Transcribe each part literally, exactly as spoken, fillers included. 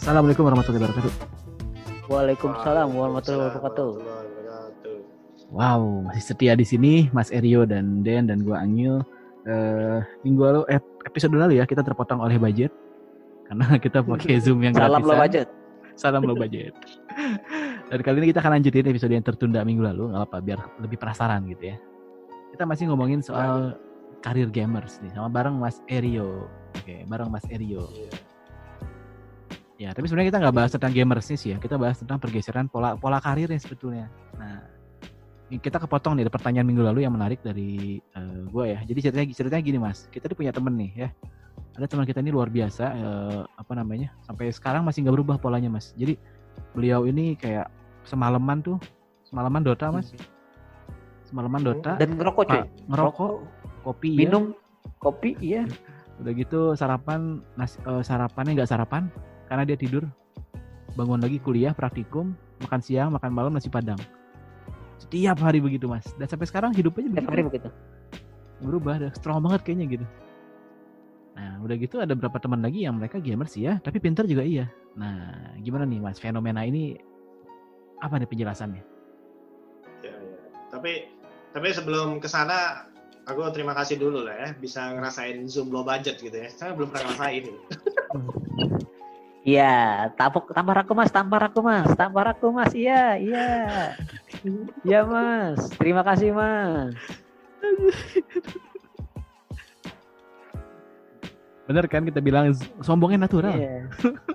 Assalamualaikum warahmatullahi wabarakatuh. Waalaikumsalam warahmatullahi wabarakatuh. Wow, masih setia di sini Mas Erio dan Den dan gua Anyil. Uh, minggu lalu eh, episode lalu ya kita terpotong oleh budget karena kita pakai Zoom yang gratisan. Salam low budget. Salam low budget. Dan kali ini kita akan lanjutin episode yang tertunda minggu lalu, nggak apa biar lebih penasaran gitu ya. Kita masih ngomongin soal karir gamers nih sama bareng Mas Erio. Oke, bareng Mas Erio. Ya, tapi sebenarnya kita nggak bahas tentang gamers sih ya. Kita bahas tentang pergeseran pola pola karirnya sebetulnya. Nah, kita kepotong nih ada pertanyaan minggu lalu yang menarik dari uh, gue ya. Jadi ceritanya, ceritanya gini Mas, kita tuh punya temen nih ya. Ada teman kita ini luar biasa, uh, apa namanya, sampai sekarang masih nggak berubah polanya Mas. Jadi beliau ini kayak semalaman tuh, semalaman Dota Mas. Semalaman Dota. Dan ngerokok cuy. Ngerokok, kopi minum, ya. kopi iya. Udah gitu sarapan, nasi, uh, sarapannya nggak sarapan karena dia tidur. Bangun lagi kuliah, praktikum, makan siang, makan malam nasi Padang. Setiap hari begitu Mas. Dan sampai sekarang hidupnya setiap hari begitu. Berubah, udah strong banget kayaknya gitu. Nah udah gitu ada beberapa teman lagi yang mereka gamers ya, tapi pintar juga iya. Nah gimana nih Mas, fenomena ini apa nih penjelasannya? Ya, ya. Tapi tapi sebelum kesana, aku terima kasih dulu lah ya bisa ngerasain Zoom low budget gitu ya. Saya belum pernah ngerasain. Iya, tampuk tampar aku Mas, tampar aku Mas, tampar aku Mas. Iya, iya. Iya Mas, terima kasih Mas. Bener kan kita bilang sombongnya natural. Iya.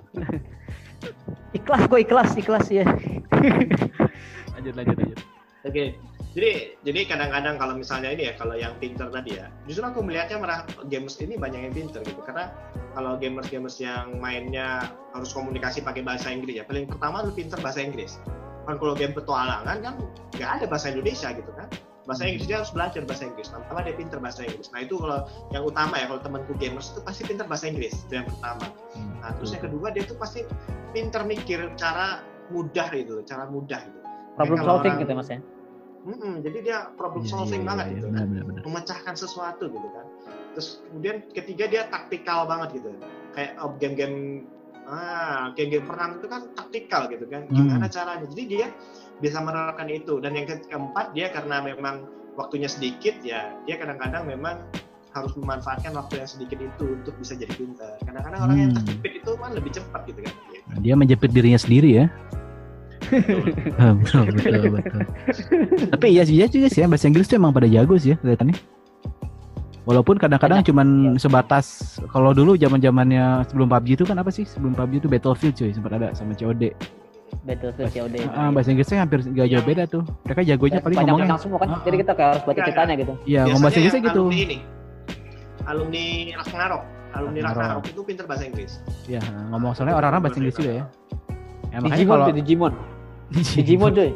Ikhlas kok, ikhlas, ikhlas ya. lanjut, lanjut, lanjut. Oke, jadi jadi kadang-kadang kalau misalnya ini ya, kalau yang pinter tadi ya, justru aku melihatnya malah gamers ini banyak yang pinter gitu, karena kalau gamers-gamers yang mainnya harus komunikasi pakai bahasa Inggris ya, paling pertama lu pinter bahasa Inggris. Kan kalau game petualangan kan nggak ada bahasa Indonesia gitu kan, bahasa Inggris dia harus belajar bahasa Inggris, pertama dia pinter bahasa Inggris. Nah itu kalau yang utama ya, kalau temanku gamers itu pasti pinter bahasa Inggris, itu yang pertama. Nah terus yang kedua dia tuh pasti pinter mikir cara mudah gitu, cara mudah gitu. Problem solving orang, gitu Mas ya. Mm-mm, jadi dia problem solving ya, banget ya, gitu ya, kan, benar, benar. memecahkan sesuatu gitu kan. Terus kemudian ketiga dia taktikal banget gitu, kayak oh, game-game ah game-game perang itu kan taktikal gitu kan, gimana hmm. caranya. Jadi dia bisa menerapkan itu. Dan yang keempat dia karena memang waktunya sedikit ya, dia kadang-kadang memang harus memanfaatkan waktu yang sedikit itu untuk bisa jadi pintar. Kadang-kadang hmm. orang yang terjepit itu kan lebih cepat gitu kan. Dia menjepit dirinya sendiri ya. betul, betul, betul. Tapi iya sih, juga sih ya, bahasa Inggris tuh emang pada jago sih ya kelihatannya. Walaupun kadang-kadang cuman ya. Sebatas kalau dulu zaman-zamannya sebelum P U B G itu kan apa sih? Sebelum P U B G itu Battlefield cuy, sempat ada sama C O D. Battlefield C O D. Ah, bahasa Inggrisnya hampir enggak jauh beda tuh. Mereka jagonya paling ngomongnya langsung kan. Ah, jadi kita kayak harus baca ceritanya gitu. Iya, ngomong bahasa Inggrisnya gitu. Alumni ini. Alumni Ragnarok. Alumni Ragnarok itu pintar bahasa Inggris. Iya, ngomong soalnya orang-orang bahasa Inggris juga ya. Ya, makanya Digimon, kalau Digimon, Digimon coy.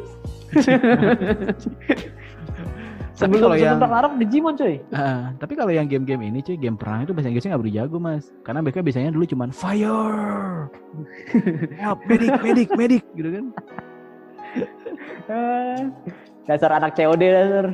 Sebelum kalau yang Ragnarok Digimon coy. Uh, tapi kalau yang game-game ini coy, game perang itu bahasa Inggrisnya nggak begitu jago Mas. Karena mereka biasanya dulu cuman fire, help, medic, medic, medic, gitu kan. Dasar anak C O D dasar.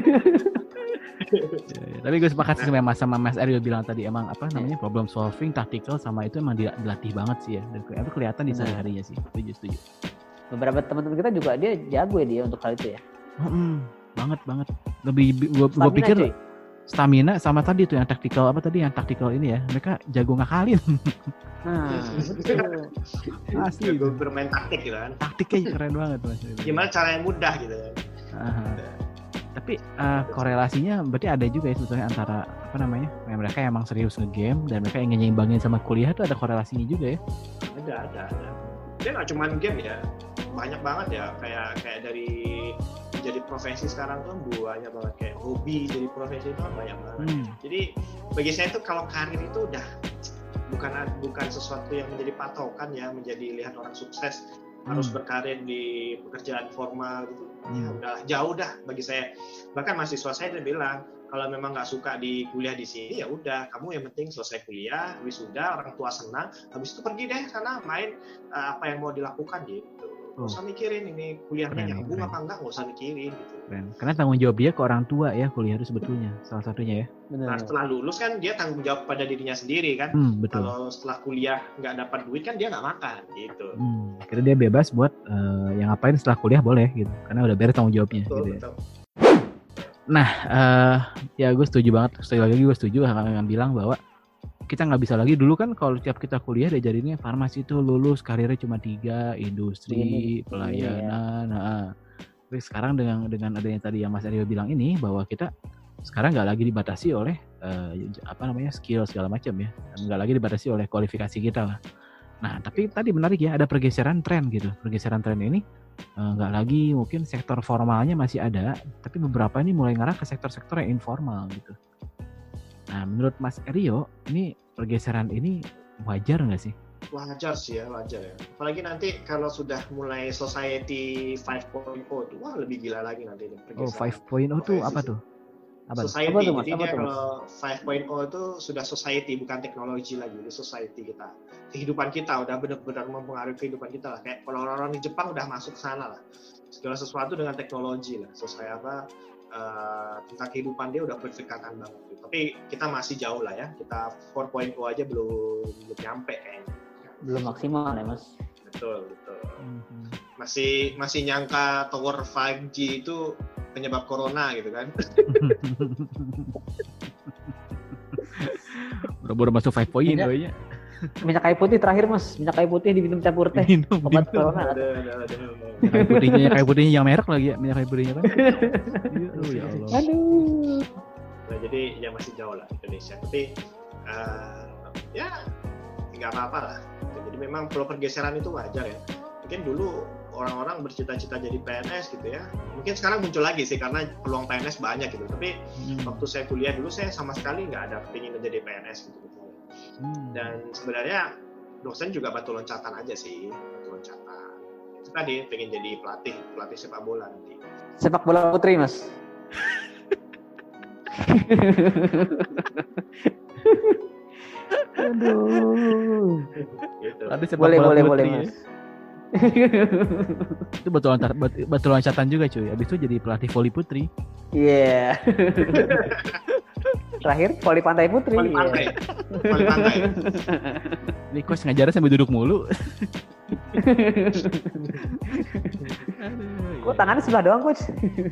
Ya, tapi gue sepakat sih sama, sama Mas Ariel bilang tadi, emang apa namanya problem solving, tactical sama itu emang dilatih banget sih ya. Dan itu kelihatan di sehari-harinya sih. Setuju, setuju. Beberapa teman-teman kita juga dia jago ya dia untuk hal itu ya. Mm-hmm. Banget banget. Lebih gue gue pikir cuy. Stamina sama tadi tuh yang tactical apa tadi yang tactical ini ya. Mereka jago ngakalin. Nah, asli gue bermain taktik gitu kan. Taktiknya keren banget Mas. Gimana cara yang mudah gitu kan. Tapi uh, korelasinya berarti ada juga ya sebetulnya antara apa namanya mereka yang emang serius nge-game dan mereka yang nyimbangin sama kuliah tuh ada korelasinya juga ya. Ada ada ada. Dia nggak cuma game ya, banyak banget ya kayak kayak dari jadi profesi sekarang tuh banyak banget, kayak hobi jadi profesi itu kan banyak banget. Hmm. Jadi bagi saya tuh kalau karir itu udah bukan bukan sesuatu yang menjadi patokan ya, menjadi lihat orang sukses hmm. harus berkarir di pekerjaan formal gitu. Hmm. Ya udah jauh dah bagi saya. Bahkan mahasiswa saya dia bilang kalau memang nggak suka di kuliah di sini ya udah kamu yang penting selesai kuliah, wisuda, orang tua senang, habis itu pergi deh sana main uh, apa yang mau dilakukan gitu. nggak usah mikirin ini kuliahnya Keren, nyambung keren. apa enggak, nggak usah mikirin gitu. Keren. Karena tanggung jawab dia ke orang tua ya kuliah itu sebetulnya salah satunya ya. Nah Benar. setelah lulus kan dia tanggung jawab pada dirinya sendiri kan. Hmm, betul. Kalau setelah kuliah nggak dapat duit kan dia nggak makan gitu. Hmm, akhirnya dia bebas buat eh, yang ngapain setelah kuliah boleh gitu. Karena udah beres tanggung jawabnya Betul, gitu ya. betul. Eh, ya gue setuju banget. Sekali lagi gue setuju yang bilang bahwa kita nggak bisa lagi dulu kan kalau tiap kita kuliah diajarinnya farmasi itu lulus karirnya cuma tiga, industri, Ini, pelayanan. Nah, tapi sekarang dengan dengan adanya tadi yang Mas Aryo bilang ini bahwa kita sekarang nggak lagi dibatasi oleh eh, apa namanya skill segala macam ya, nggak lagi dibatasi oleh kualifikasi kita lah. Nah tapi tadi menarik ya ada pergeseran tren gitu, pergeseran tren ini eh, nggak lagi mungkin sektor formalnya masih ada, tapi beberapa ini mulai ngarah ke sektor-sektor yang informal gitu. Nah, menurut Mas Aryo, ini pergeseran ini wajar nggak sih? Wajar sih ya, wajar ya. Apalagi nanti kalau sudah mulai society lima titik nol tuh, wah lebih gila lagi nanti. Oh, lima titik nol tuh apa tuh? Apa tuh? Society, Apa tuh, Mas? jadi Apa dia tuh, Mas? kalau lima titik nol itu sudah society, bukan teknologi lagi, ini society kita. Kehidupan kita udah benar-benar mempengaruhi kehidupan kita lah. Kayak kalau orang-orang di Jepang udah masuk ke sana lah. Segala sesuatu dengan teknologi lah. Sesuai apa, uh, tentang kehidupan dia udah berdekatan banget. Tapi kita masih jauh lah ya. Kita empat titik nol aja belum, belum nyampe kayaknya. Belum maksimal ya Mas. Betul, betul. Mhm. Masih masih nyangka tower lima G itu penyebab corona gitu kan. Baru-baru masuk lima point Minyak- kayaknya. Minyak kayu putih terakhir Mas. Minyak kayu putih diminum campur teh. Minum, Obat minum. corona. Ada, ada, ada. Minyak kayu putihnya, minyak kayu putihnya yang merek lagi ya, minyak kayu putihnya kan. Iya, oh, ya Allah. Aduh. Nah, jadi ya masih jauh lah Indonesia. Tapi uh, ya nggak apa-apa lah. Jadi memang kalau pergeseran itu wajar ya. Mungkin dulu orang-orang bercita-cita jadi P N S gitu ya. Mungkin sekarang muncul lagi sih karena peluang P N S banyak gitu. Tapi Hmm. waktu saya kuliah dulu saya sama sekali nggak ada kepingin menjadi P N S gitu. Hmm. Dan sebenarnya dosen juga batu loncatan aja sih, batu loncatan. Itu tadi pengen jadi pelatih, pelatih sepak bola nanti. Sepak bola putri Mas. Aduh. Gitu. Ada sepak Boleh bola boleh putri boleh ya. Mas. Itu betul loncat, bet- betul loncatan juga cuy. Abis itu jadi pelatih voli putri. Iya. Terakhir voli pantai putri. Voli Iya. pantai, voli pantai. Ini coach ngajarnya sambil duduk mulu. Kok tangannya sebelah doang coach?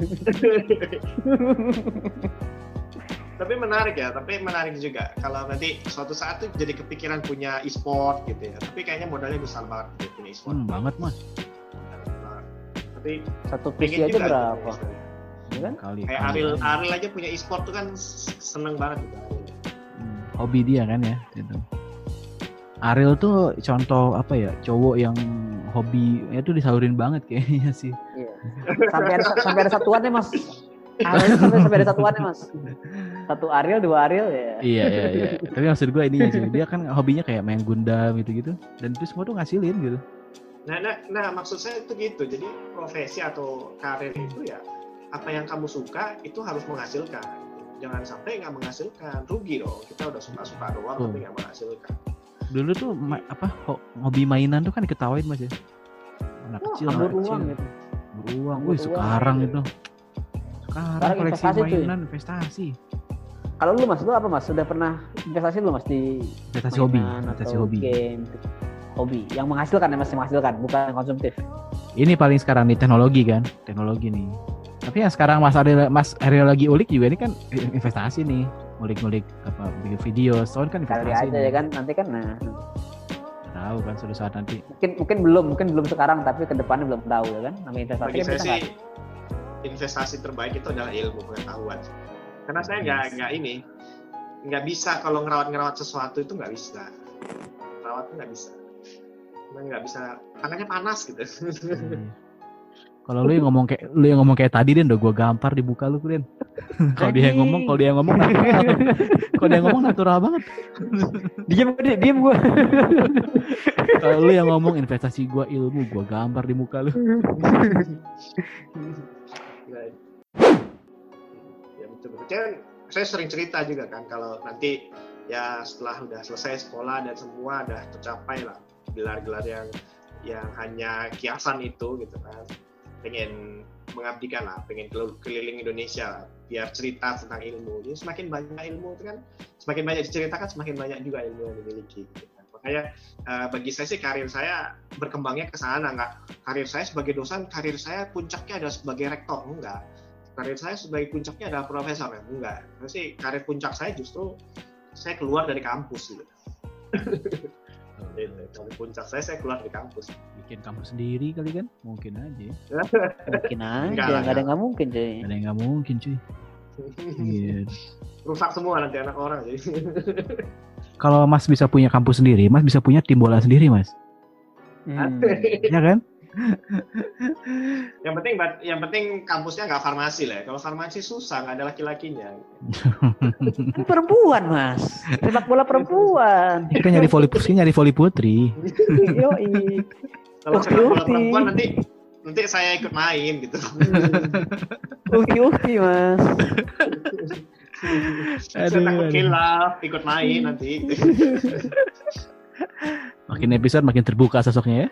Tapi menarik ya, tapi menarik juga kalau nanti suatu saat tuh jadi kepikiran punya e-sport gitu ya. Tapi kayaknya modalnya besar banget gitu, punya e-sport. Hmm, banget mas. Nah, tapi Satu pengen P C aja juga berapa? gitu. Iya kan? Kali. Kayak kali. Ariel, Ariel aja punya e-sport tuh kan seneng banget gitu. Hmm, hobi dia kan ya gitu. Ariel tuh contoh apa ya, cowok yang hobi ya tuh disalurin banget kayaknya sih. Iya. Sampai ada sampai ada satuannya Mas. Ariel sampai sampai ada satuannya Mas. Satu Ariel, dua Ariel ya. Iya iya iya. Tapi maksud gue ini sih, dia kan hobinya kayak main Gundam gitu-gitu, dan itu semua tuh ngasilin gitu. Nah, nah, nah, maksud saya itu gitu. Jadi profesi atau karir itu ya apa yang kamu suka itu harus menghasilkan. Jangan sampai nggak menghasilkan, rugi dong. Kita udah suka-suka doang Oh. tapi nggak menghasilkan. Dulu tuh ma- apa ho- hobi mainan tuh kan diketawain mas ya. Anak Wah, kecil, ambil anak kecil. uang gitu. Beruang, Ambil wih uang, sekarang iya. itu. Sekarang Sekarang koleksi investasi, cuy. mainan investasi. Kalau lu Mas, lu apa Mas? Sudah pernah investasi lu Mas di Investasi hobi, mainan investasi atau hobi. game? Hobi yang menghasilkan ya Mas, yang menghasilkan, bukan yang konsumtif. Ini paling sekarang nih teknologi kan, teknologi nih. Tapi yang sekarang Mas Ariel, Mas Ariel lagi ulik juga ini kan investasi nih, ngulik-ngulik apa bikin video, soalnya kan Kali investasi. aja nih. ya kan, nanti kan nah. Nggak tahu kan suatu saat nanti. Mungkin mungkin belum, mungkin belum sekarang, tapi ke depannya belum tahu ya kan. Namanya investasi Bagi kan saya kita sih nggak- investasi terbaik itu adalah ilmu pengetahuan. Karena saya nggak Yes. nggak ini nggak bisa kalau ngerawat-ngerawat sesuatu itu nggak bisa. Rawatnya nggak bisa. Emang nggak bisa. Tangannya panas gitu. Iya. Kalau lu yang ngomong kayak lu yang ngomong kayak tadi Den, udah gua gampar di muka lu Den. Kalau dia yang ngomong, kalau dia yang ngomong natural. Kalau dia yang ngomong natural banget. Diem gue, diem gue. Kalau lu yang ngomong investasi gua ilmu, gua gampar di muka lu. Nah, ya betul-betul. Kan saya sering cerita juga kan kalau nanti ya setelah udah selesai sekolah dan semua udah tercapai lah gelar-gelar yang yang hanya kiasan itu gitu kan. Pengen mengabdikan lah, pengen keliling Indonesia lah, biar cerita tentang ilmu. Jadi semakin banyak ilmu itu kan, semakin banyak diceritakan, semakin banyak juga ilmu yang dimiliki. Gitu kan. Makanya uh, bagi saya sih karir saya berkembangnya ke sana, nggak karir saya sebagai dosen, karir saya puncaknya adalah sebagai rektor, enggak. Karir saya sebagai puncaknya adalah profesor, ya? Enggak. Terus sih karir puncak saya justru saya keluar dari kampus gitu. Karir puncak saya saya keluar dari kampus. Bikin kampus sendiri kali kan? Mungkin aja. Mungkin aja, Enggak lah, nggak ada nggak mungkin cuy. Ada yang nggak mungkin cuy. Iya. Rusak semua nanti anak orang jadi. Kalau Mas bisa punya kampus sendiri, Mas bisa punya tim bola sendiri, Mas. Hmm. Ya kan? yang penting yang penting kampusnya nggak farmasi lah. Kalau farmasi susah, nggak ada laki-lakinya. Perempuan mas, sepak bola perempuan. Kita nyari voli putri, nyari voli putri. Yoi. Kalau Ukti, sepak bola ukti. perempuan nanti nanti saya ikut main gitu. Ukti ukti mas. Saya Aduh, takut aduh. khilaf, ikut main nanti. Makin episode makin terbuka sosoknya ya.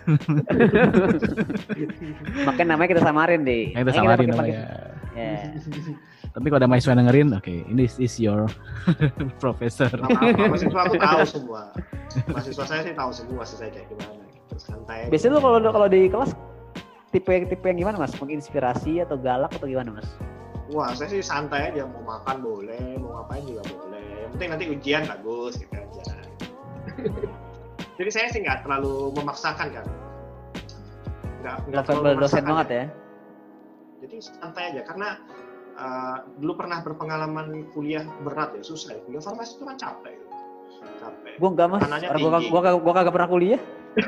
Makanya namanya kita samarin deh. Yang kita Makanya samarin pakai- namanya. pakai- Ya. Tapi kalau ada mahasiswa dengerin, oke, ini is, is your professor. Nggak apa-apa, mahasiswa aku tahu semua. Mahasiswa saya sih tahu semua sih saya kayak gimana. Gitu. Santai. Biasanya tuh kalau kalau di kelas tipe yang tipe yang gimana mas? Menginspirasi atau galak atau gimana mas? Wah, saya sih santai aja, mau makan boleh, mau ngapain juga boleh. Yang penting nanti ujian bagus gitu aja. Jadi saya sih nggak terlalu memaksakan kan. Nggak nggak terlalu Level dosen memaksakan. banget ya. Jadi santai aja karena uh, dulu pernah berpengalaman kuliah berat ya, susah ya. Kuliah farmasi itu kan capek. Capek. Gua enggak mas, Tekanannya orang gua, tinggi. gua, gua, gua kagak pernah kuliah.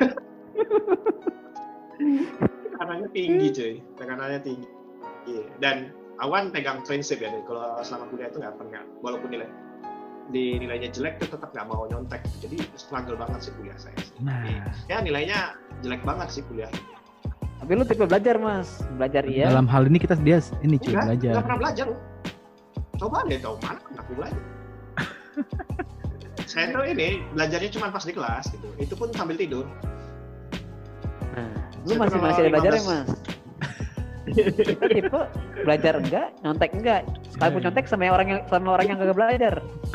Tekanannya tinggi cuy, tekanannya tinggi. Iya. Dan awan pegang prinsip ya, nih, kalau selama kuliah itu nggak pernah, walaupun nilai di nilainya jelek tuh tetap nggak mau nyontek. Jadi struggle banget sih kuliah saya. Nah, Ya nilainya jelek banget sih kuliah. Tapi lu tipe belajar mas, belajar iya. dalam hal ini kita dia ini cuy Enggak, belajar. nggak pernah belajar loh. Coba deh tahu mana pernah aku belajar. Saya tuh ini belajarnya cuma pas di kelas gitu. Itu pun sambil tidur. Nah, lu Saya masih kalau masih ada belajar ya lima belas mas. Kita tipe belajar enggak, nyontek enggak. Sekalipun nyontek sama yang orang yang sama orang yang kagak belajar.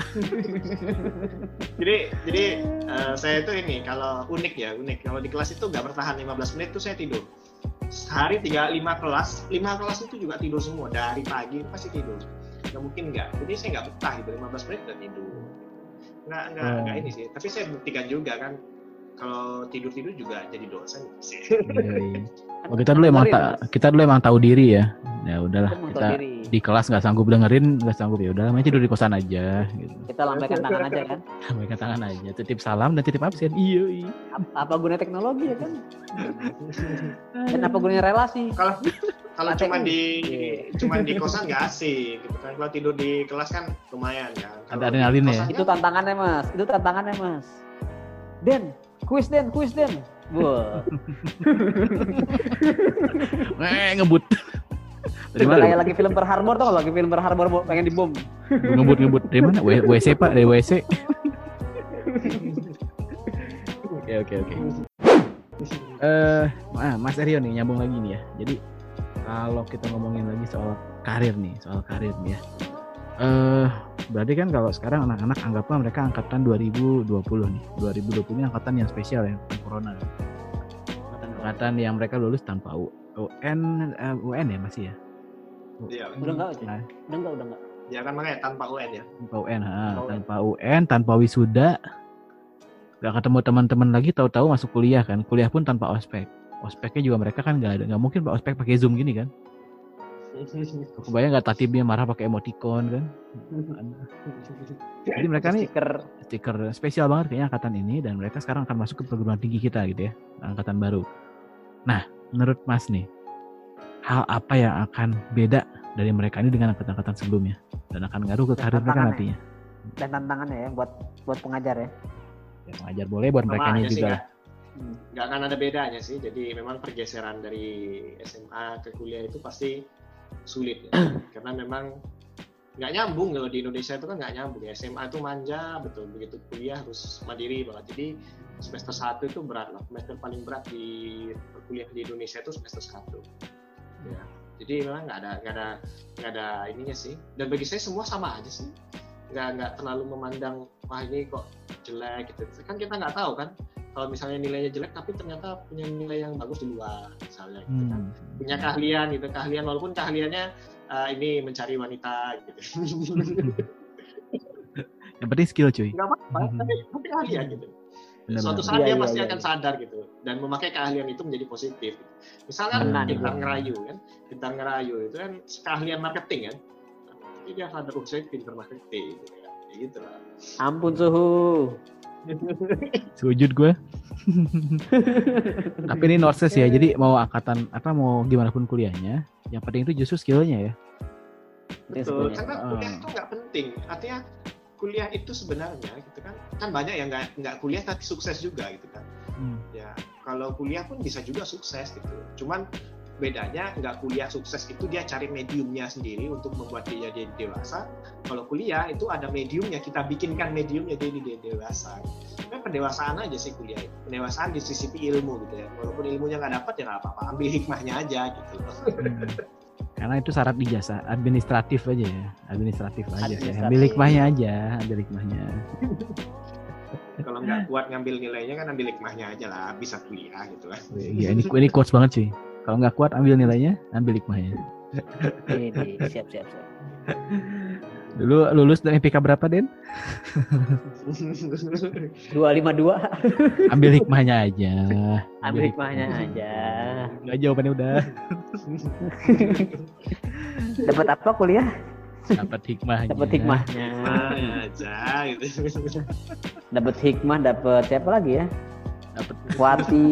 Jadi jadi uh, saya itu ini kalau unik ya unik. Kalau di kelas itu nggak bertahan lima belas menit tuh saya tidur. Sehari tiga lima kelas, lima kelas itu juga tidur semua dari pagi pasti tidur. Nggak mungkin nggak. Jadi saya nggak betah gitu lima belas menit udah tidur. Nggak nggak Oh. nggak ini sih. Tapi saya buktikan juga kan kalau tidur tidur juga jadi dosen sih. Iya. Oh, kita dulu emang ta- kita dulu emang tahu diri ya. Ya udahlah kita di kelas nggak sanggup dengerin, nggak sanggup ya udah namanya tidur di kosan aja. Gitu. Kita lambaikan tangan aja kan. Lambaikan tangan aja, titip salam dan titip absen. Iya. iya. Apa, apa gunanya teknologi ya kan? Dan apa gunanya relasi? Kalau kalau Mata cuma ini. di Iya. cuma di kosan nggak asik gitu kan. Kalau tidur di kelas kan lumayan kan. Kalau Ada adrenalin di ya? kosan Itu tantangannya mas, itu tantangannya mas. Den, kuis Den, kuis Den. Wah, Eh ngebut. Dari mana? kayak lagi film Pearl Harbor tau nggak? Lagi film Pearl Harbor mau- pengen dibom. Ngebut ngebut dari mana? W- WC Pak, dari W C. Oke oke oke. Eh, ah, Mas Aryo nih nyambung lagi nih ya. Jadi kalau kita ngomongin lagi soal karir nih, soal karir nih ya. Eh, berarti kan kalau sekarang anak-anak anggaplah mereka angkatan dua ribu dua puluh nih. dua ribu dua puluh ini angkatan yang spesial ya, bukan corona. Angkatan yang mereka lulus tanpa U- UN, eh, U N ya masih ya? Iya. Udah enggak aja? Nah, Udah enggak, udah enggak. Ya kan makanya tanpa U N ya. tanpa U N, ha, Tanpa U N. tanpa U N, tanpa wisuda, gak ketemu teman-teman lagi, tahu-tahu masuk kuliah kan, kuliah pun tanpa ospek, ospeknya juga mereka kan nggak ada, nggak mungkin pak ospek pakai zoom gini kan, kebayang nggak tatibnya marah pakai emoticon kan, jadi mereka nih Stiker stiker spesial banget kayaknya angkatan ini dan mereka sekarang akan masuk ke perguruan tinggi kita gitu ya, angkatan baru. Nah, menurut Mas nih, hal apa yang akan beda dari mereka ini dengan angkatan-angkatan sebelumnya dan akan ngaruh ke Dan karir mereka tantangannya. nantinya? dan tantangannya ya buat buat pengajar ya. Ya, pengajar boleh buat Sama mereka aja ini sih, juga. nggak nggak akan ada bedanya sih. Jadi memang pergeseran dari S M A ke kuliah itu pasti sulit ya. Karena memang nggak nyambung kalau di Indonesia itu kan nggak nyambung ya. S M A itu manja betul, begitu kuliah harus mandiri banget. Jadi semester satu itu berat lah, semester paling berat di perkuliahan di Indonesia itu semester satu. Ya. Jadi memang nggak ada nggak ada nggak ada ininya sih. Dan bagi saya semua sama aja sih. Nggak nggak terlalu memandang wah ini kok jelek gitu. Kan kita nggak tahu kan. Kalau misalnya nilainya jelek tapi ternyata punya nilai yang bagus di luar misalnya gitu kan. Hmm. Punya keahlian gitu, keahlian walaupun keahliannya uh, ini mencari wanita gitu. Yang penting skill cuy. Nggak apa-apa, hmm. tapi, tapi keahlian gitu. Benar, Suatu saat iya, dia iya, pasti iya, akan iya. sadar gitu dan memakai keahlian itu menjadi positif. Misalkan hmm. pintar ngerayu kan, pintar ngerayu itu kan keahlian marketing kan. Jadi dia sadar oh saya pintar marketing gitu ya. Kayak gitu lah. Ampun suhu. Sujud gue. Tapi ini Norses ya, jadi mau angkatan apa mau gimana pun kuliahnya, yang penting itu justru skillnya ya. Betul, karena kuliah itu nggak penting. Artinya kuliah itu sebenarnya gitu kan, kan banyak yang nggak nggak kuliah tapi sukses juga gitu kan. Hmm. Ya kalau kuliah pun bisa juga sukses gitu. Cuman bedanya nggak kuliah sukses itu dia cari mediumnya sendiri untuk membuat dia jadi dewasa. Kalau kuliah itu ada mediumnya, kita bikinkan mediumnya jadi dia dewasa. Kan pendewasaan aja sih kuliah itu. Pendewasaan di sisi ilmu gitu ya. Walaupun ilmunya nggak dapat ya nggak apa-apa, ambil hikmahnya aja gitu. Hmm. Karena itu syarat ijazah, administratif aja ya, administratif aja. Ya. Ambil hikmahnya aja, ambil hikmahnya. Kalau nggak kuat ngambil nilainya kan ambil hikmahnya aja lah, bisa kuliah gitu kan. Iya, ini ini quotes banget sih. Kalau nggak kuat ambil nilainya, ambil hikmahnya. Ini siap siap siap. Dulu lulus dari M P K berapa, Den? dua lima dua. Ambil hikmahnya aja. Ambil hikmahnya aja. Enggak, jawabannya udah. Dapat apa kuliah? Dapat hikmahnya. Dapat hikmahnya. aja gitu. Dapat hikmah, dapat siapa lagi ya? Dapat Wati.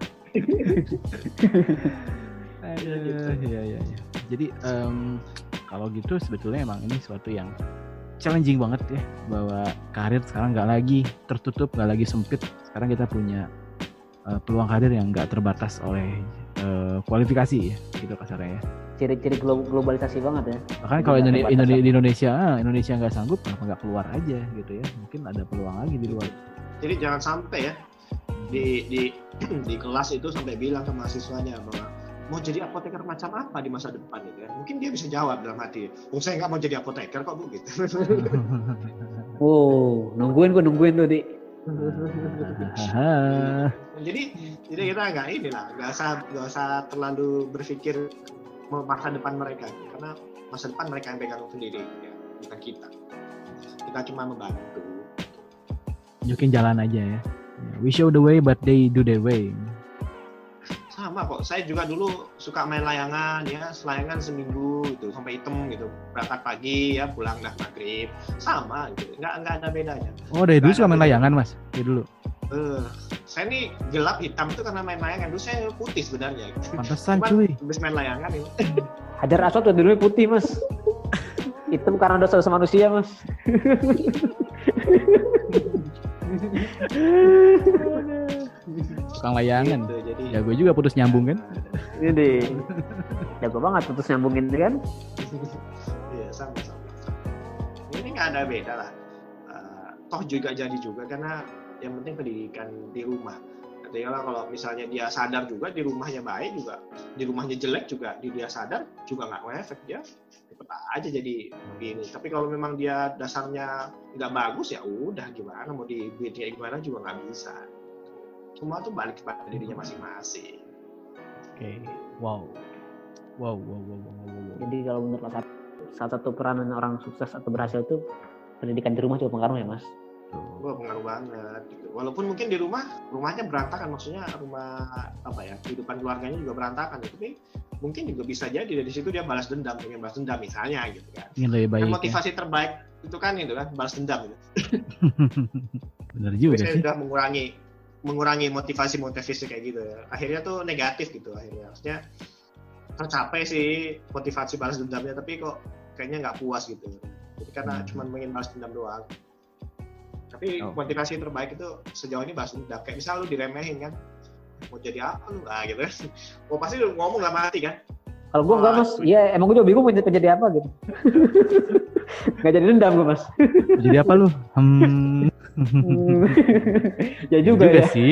Aduh, iya iya iya. Jadi um, kalau gitu sebetulnya emang ini suatu yang challenging banget ya, bahwa karir sekarang nggak lagi tertutup, nggak lagi sempit. Sekarang kita punya uh, peluang karir yang nggak terbatas oleh uh, kualifikasi ya, gitu kasarnya ya. Ciri-ciri globalisasi banget ya. Bahkan kalau Indonesia, Indonesia, di Indonesia, Indonesia nggak sanggup, kenapa nggak keluar aja gitu ya? Mungkin ada peluang lagi di luar. Jadi jangan sampai ya di di di kelas itu sampai bilang ke mahasiswanya bahwa mau jadi apoteker macam apa di masa depan gitu kan. Mungkin dia bisa jawab dalam hati, oh saya nggak mau jadi apoteker kok Bu gitu. Wow, nungguin gue nungguin tuh di. jadi jadi kita nggak inilah, nggak usah nggak usah terlalu berpikir masa depan mereka, karena masa depan mereka yang pegang sendiri, ya, bukan kita. Kita cuma membantu. Tunjukin jalan aja ya. We show the way, but they do their way. Sama kok, saya juga dulu suka main layangan ya, layangan seminggu gitu sampai hitam gitu, berangkat pagi ya pulang dah maghrib, sama gitu, nggak nggak ada bedanya. Oh dari dulu suka main layangan mas, dari dulu. Uh, saya nih gelap hitam itu karena main layangan, dulu saya putih sebenarnya. Pantesan cuy. Habis main layangan ini. Hajar Aswad dulu putih mas, hitam karena dosa dosa manusia mas. Tukang layangan, gitu, jadi... ya gue juga putus nyambung kan? Ini deh, jago banget putus nyambungin kan? Iya sama-sama. Ini nggak ada beda lah. Uh, toh juga jadi juga karena yang penting pendidikan di rumah. Artinya kalau misalnya dia sadar juga di rumahnya baik juga, di rumahnya jelek juga, di dia sadar juga nggak ngefek dia. Cepet aja jadi begini. Tapi kalau memang dia dasarnya nggak bagus ya udah gimana mau dibuat kayak gimana juga nggak bisa. Semua tuh balik kepada dirinya masing-masing. Oke, okay. wow. wow, wow, wow, wow, wow. Jadi kalau menurut Mas, salah satu peranan orang sukses atau berhasil itu pendidikan di rumah juga pengaruh ya Mas? Wah pengaruh banget. Gitu. Walaupun mungkin di rumah rumahnya berantakan, maksudnya rumah apa ya kehidupan keluarganya juga berantakan. Gitu. Tapi mungkin juga bisa jadi dari situ dia balas dendam, pengen balas dendam misalnya gitu kan. Yang lebih baik. Kan motivasi ya. Terbaik itu kan itu kan balas dendam. Gitu. Benar juga saya sih. sudah mengurangi mengurangi motivasi-motivasi kayak gitu ya. Akhirnya tuh negatif gitu akhirnya. Maksudnya tercapai sih motivasi balas dendamnya tapi kok kayaknya nggak puas gitu. Jadi karena hmm. cuma ingin balas dendam doang. Tapi oh. motivasi terbaik itu sejauh ini balas dendam. Kayak misal lu diremehin kan. Mau jadi apa lu? Ah gitu. Mau pasti lu ngomong nggak mati kan. Kalau gue enggak mas, iya emang gue juga bingung mau jadi apa gitu. Nggak jadi dendam gue mas. Jadi apa lu? Hmm. Ya juga, juga ya. sih.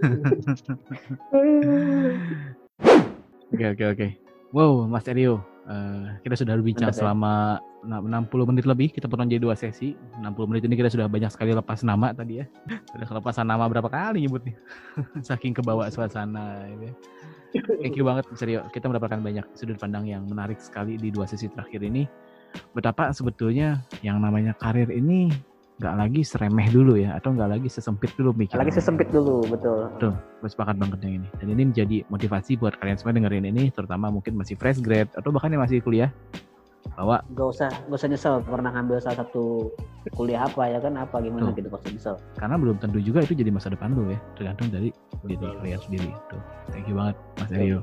Oke oke oke. Wow, Mas Erio, uh, kita sudah berbincang Mantap, ya. selama enam puluh menit lebih. Kita potong jadi dua sesi. enam puluh menit ini kita sudah banyak sekali lepas nama tadi ya. Sudah kelepasan nama berapa kali nyebut nih. Saking kebawa suasana ini. Thank you banget Mas Erio. Kita mendapatkan banyak sudut pandang yang menarik sekali di dua sesi terakhir ini. Betapa sebetulnya yang namanya karir ini nggak lagi seremeh dulu ya, atau nggak lagi sesempit dulu mikir. Lagi sesempit dulu, betul. Betul, gue sepakat banget yang ini. Dan ini menjadi motivasi buat kalian semua dengerin ini, terutama mungkin masih fresh grade atau bahkan yang masih kuliah, bahwa gak usah gak usah nyesel pernah ngambil salah satu kuliah apa ya kan apa gimana Tuh. gitu, gak usah nyesel. Karena belum tentu juga itu jadi masa depan lu ya, tergantung dari diri kalian sendiri. Tuh, thank you banget Mas Erio.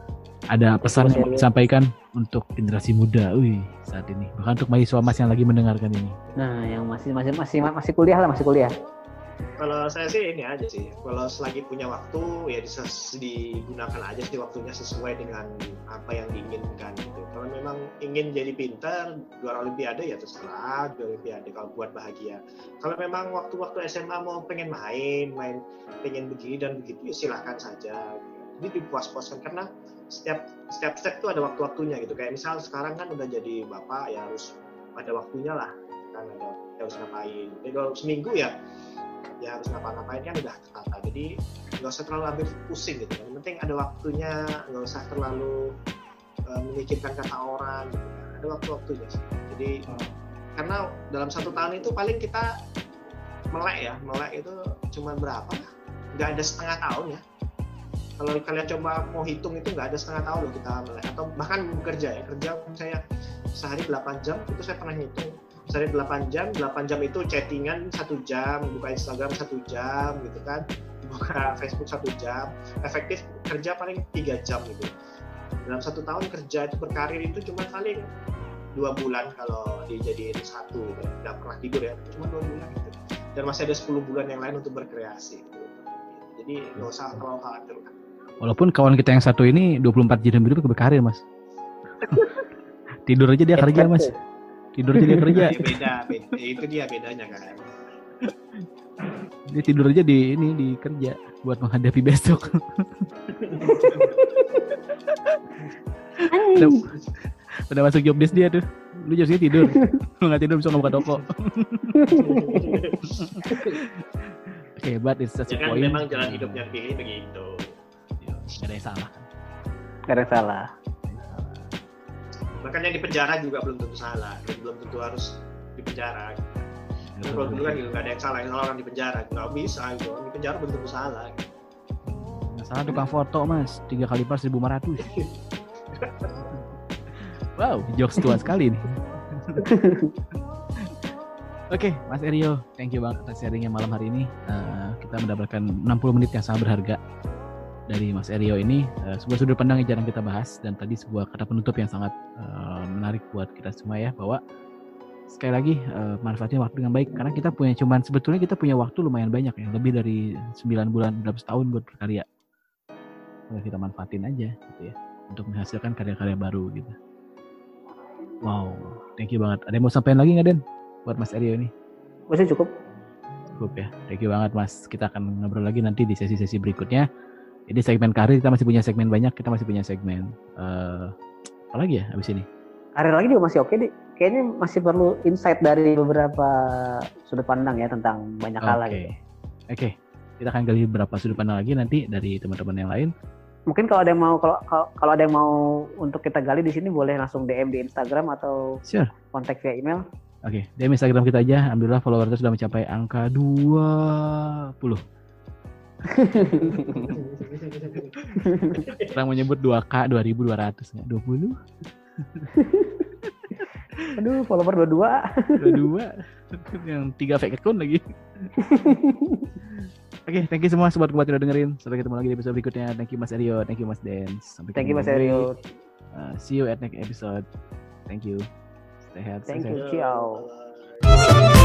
Ada pesan yang mau disampaikan untuk generasi muda, wih saat ini, bahkan untuk mahasiswa mas yang lagi mendengarkan ini. Nah, yang masih masih masih masih kuliah lah, masih kuliah. Kalau saya sih ini aja sih, kalau selagi punya waktu ya bisa digunakan aja sih waktunya sesuai dengan apa yang diinginkan gitu. Kalau memang ingin jadi pintar, juara olimpiade ya terserah juara olimpiade kalau buat bahagia. Kalau memang waktu-waktu S M A mau pengen main, main pengen begini dan begitu ya silahkan saja. Jadi dipuas-puaskan karena setiap setiap step itu ada waktu-waktunya gitu. Kayak misal sekarang kan udah jadi bapak ya harus ada waktunya lah kan, ada harus ngapain. Jadi kalau seminggu ya ya harus ngapa-ngapain kan udah tertata. Jadi nggak usah terlalu ambil pusing gitu. Yang penting ada waktunya, nggak usah terlalu uh, memikirkan kata orang gitu. Ada waktu-waktunya sih. Jadi uh, karena dalam satu tahun itu paling kita melek ya, melek itu cuma berapa? Nggak ada setengah tahun ya. Kalau kalian coba mau hitung itu nggak ada setengah tahun loh kita melek. Atau bahkan bekerja ya, kerja saya sehari delapan jam itu saya pernah hitung. Sehari delapan jam, delapan jam itu chattingan satu jam, buka Instagram satu jam gitu kan, buka Facebook satu jam, efektif kerja paling tiga jam gitu. Dalam satu tahun kerja itu berkarir itu cuma paling dua bulan kalau dijadiin satu, nggak pernah tidur ya, cuma dua bulan gitu. Dan masih ada sepuluh bulan yang lain untuk berkreasi gitu. Jadi nggak usah terlalu khawatir kan. Walaupun kawan kita yang satu ini dua puluh empat jam hidup berkarir mas. Tidur aja dia kerja mas. Tidur aja dia kerja. Beda, beda, itu dia bedanya kan. Dia tidur aja di ini di kerja buat menghadapi besok. udah, udah masuk job desk dia tuh. Lu jadinya tidur. Lu nggak tidur bisa nggak buka toko. Oke, okay, but it's such a ya kan point. Memang jalan hidup yang pilih begitu. Gak ada yang salah kan? Gak ada yang salah. Makanya di penjara juga belum tentu salah, dan belum tentu harus di penjara. Nah, kalau dulu kan juga nggak ada yang salah, yang salah orang di penjara nggak bisa gitu. Di penjara belum tentu salah. Nggak salah tukang foto mas, tiga kali pas seribu lima ratus. Wow, jokes tua sekali nih. Oke, okay, Mas Erio, thank you banget atas sharingnya malam hari ini. Uh, kita mendapatkan enam puluh menit yang sangat berharga dari Mas Erio ini. Uh, sebuah sudut pandang yang jarang kita bahas, dan tadi sebuah kata penutup yang sangat uh, menarik buat kita semua ya, bahwa sekali lagi uh, manfaatnya waktu dengan baik, karena kita punya cuman sebetulnya kita punya waktu lumayan banyak ya, lebih dari sembilan bulan berapa tahun buat berkarya. Kalau kita manfaatin aja gitu ya, untuk menghasilkan karya-karya baru gitu. Wow, thank you banget. Ada yang mau sampaikan lagi nggak Den buat Mas Erio ini? Masih cukup. Cukup ya. Thank you banget Mas. Kita akan ngobrol lagi nanti di sesi-sesi berikutnya. Jadi segmen karir kita masih punya segmen banyak. Kita masih punya segmen uh, apa lagi ya abis ini? Karir lagi juga masih oke deh. Kayaknya masih perlu insight dari beberapa sudut pandang ya tentang banyak hal Oke. gitu. Oke. Kita akan gali beberapa sudut pandang lagi nanti dari teman-teman yang lain. Mungkin kalau ada yang mau kalau kalau ada yang mau untuk kita gali di sini boleh langsung D M di Instagram atau Sure. kontak via email. Oke, D M Instagram kita aja. Alhamdulillah follower kita sudah mencapai angka dua puluh. Orang menyebut dua K dua ribu dua ratus ya, dua puluh. Aduh, follower dua puluh dua. dua puluh dua. Yang tiga fake account lagi. Oke, okay, thank you semua sobat kuat udah dengerin. Sampai ketemu lagi di episode berikutnya. Thank you Mas Erio, thank you Mas Dance. Sampai Thank you Mas lagi. Erio. Uh, see you at next episode. Thank you. Stay healthy. Thank stay you. safe. Ciao.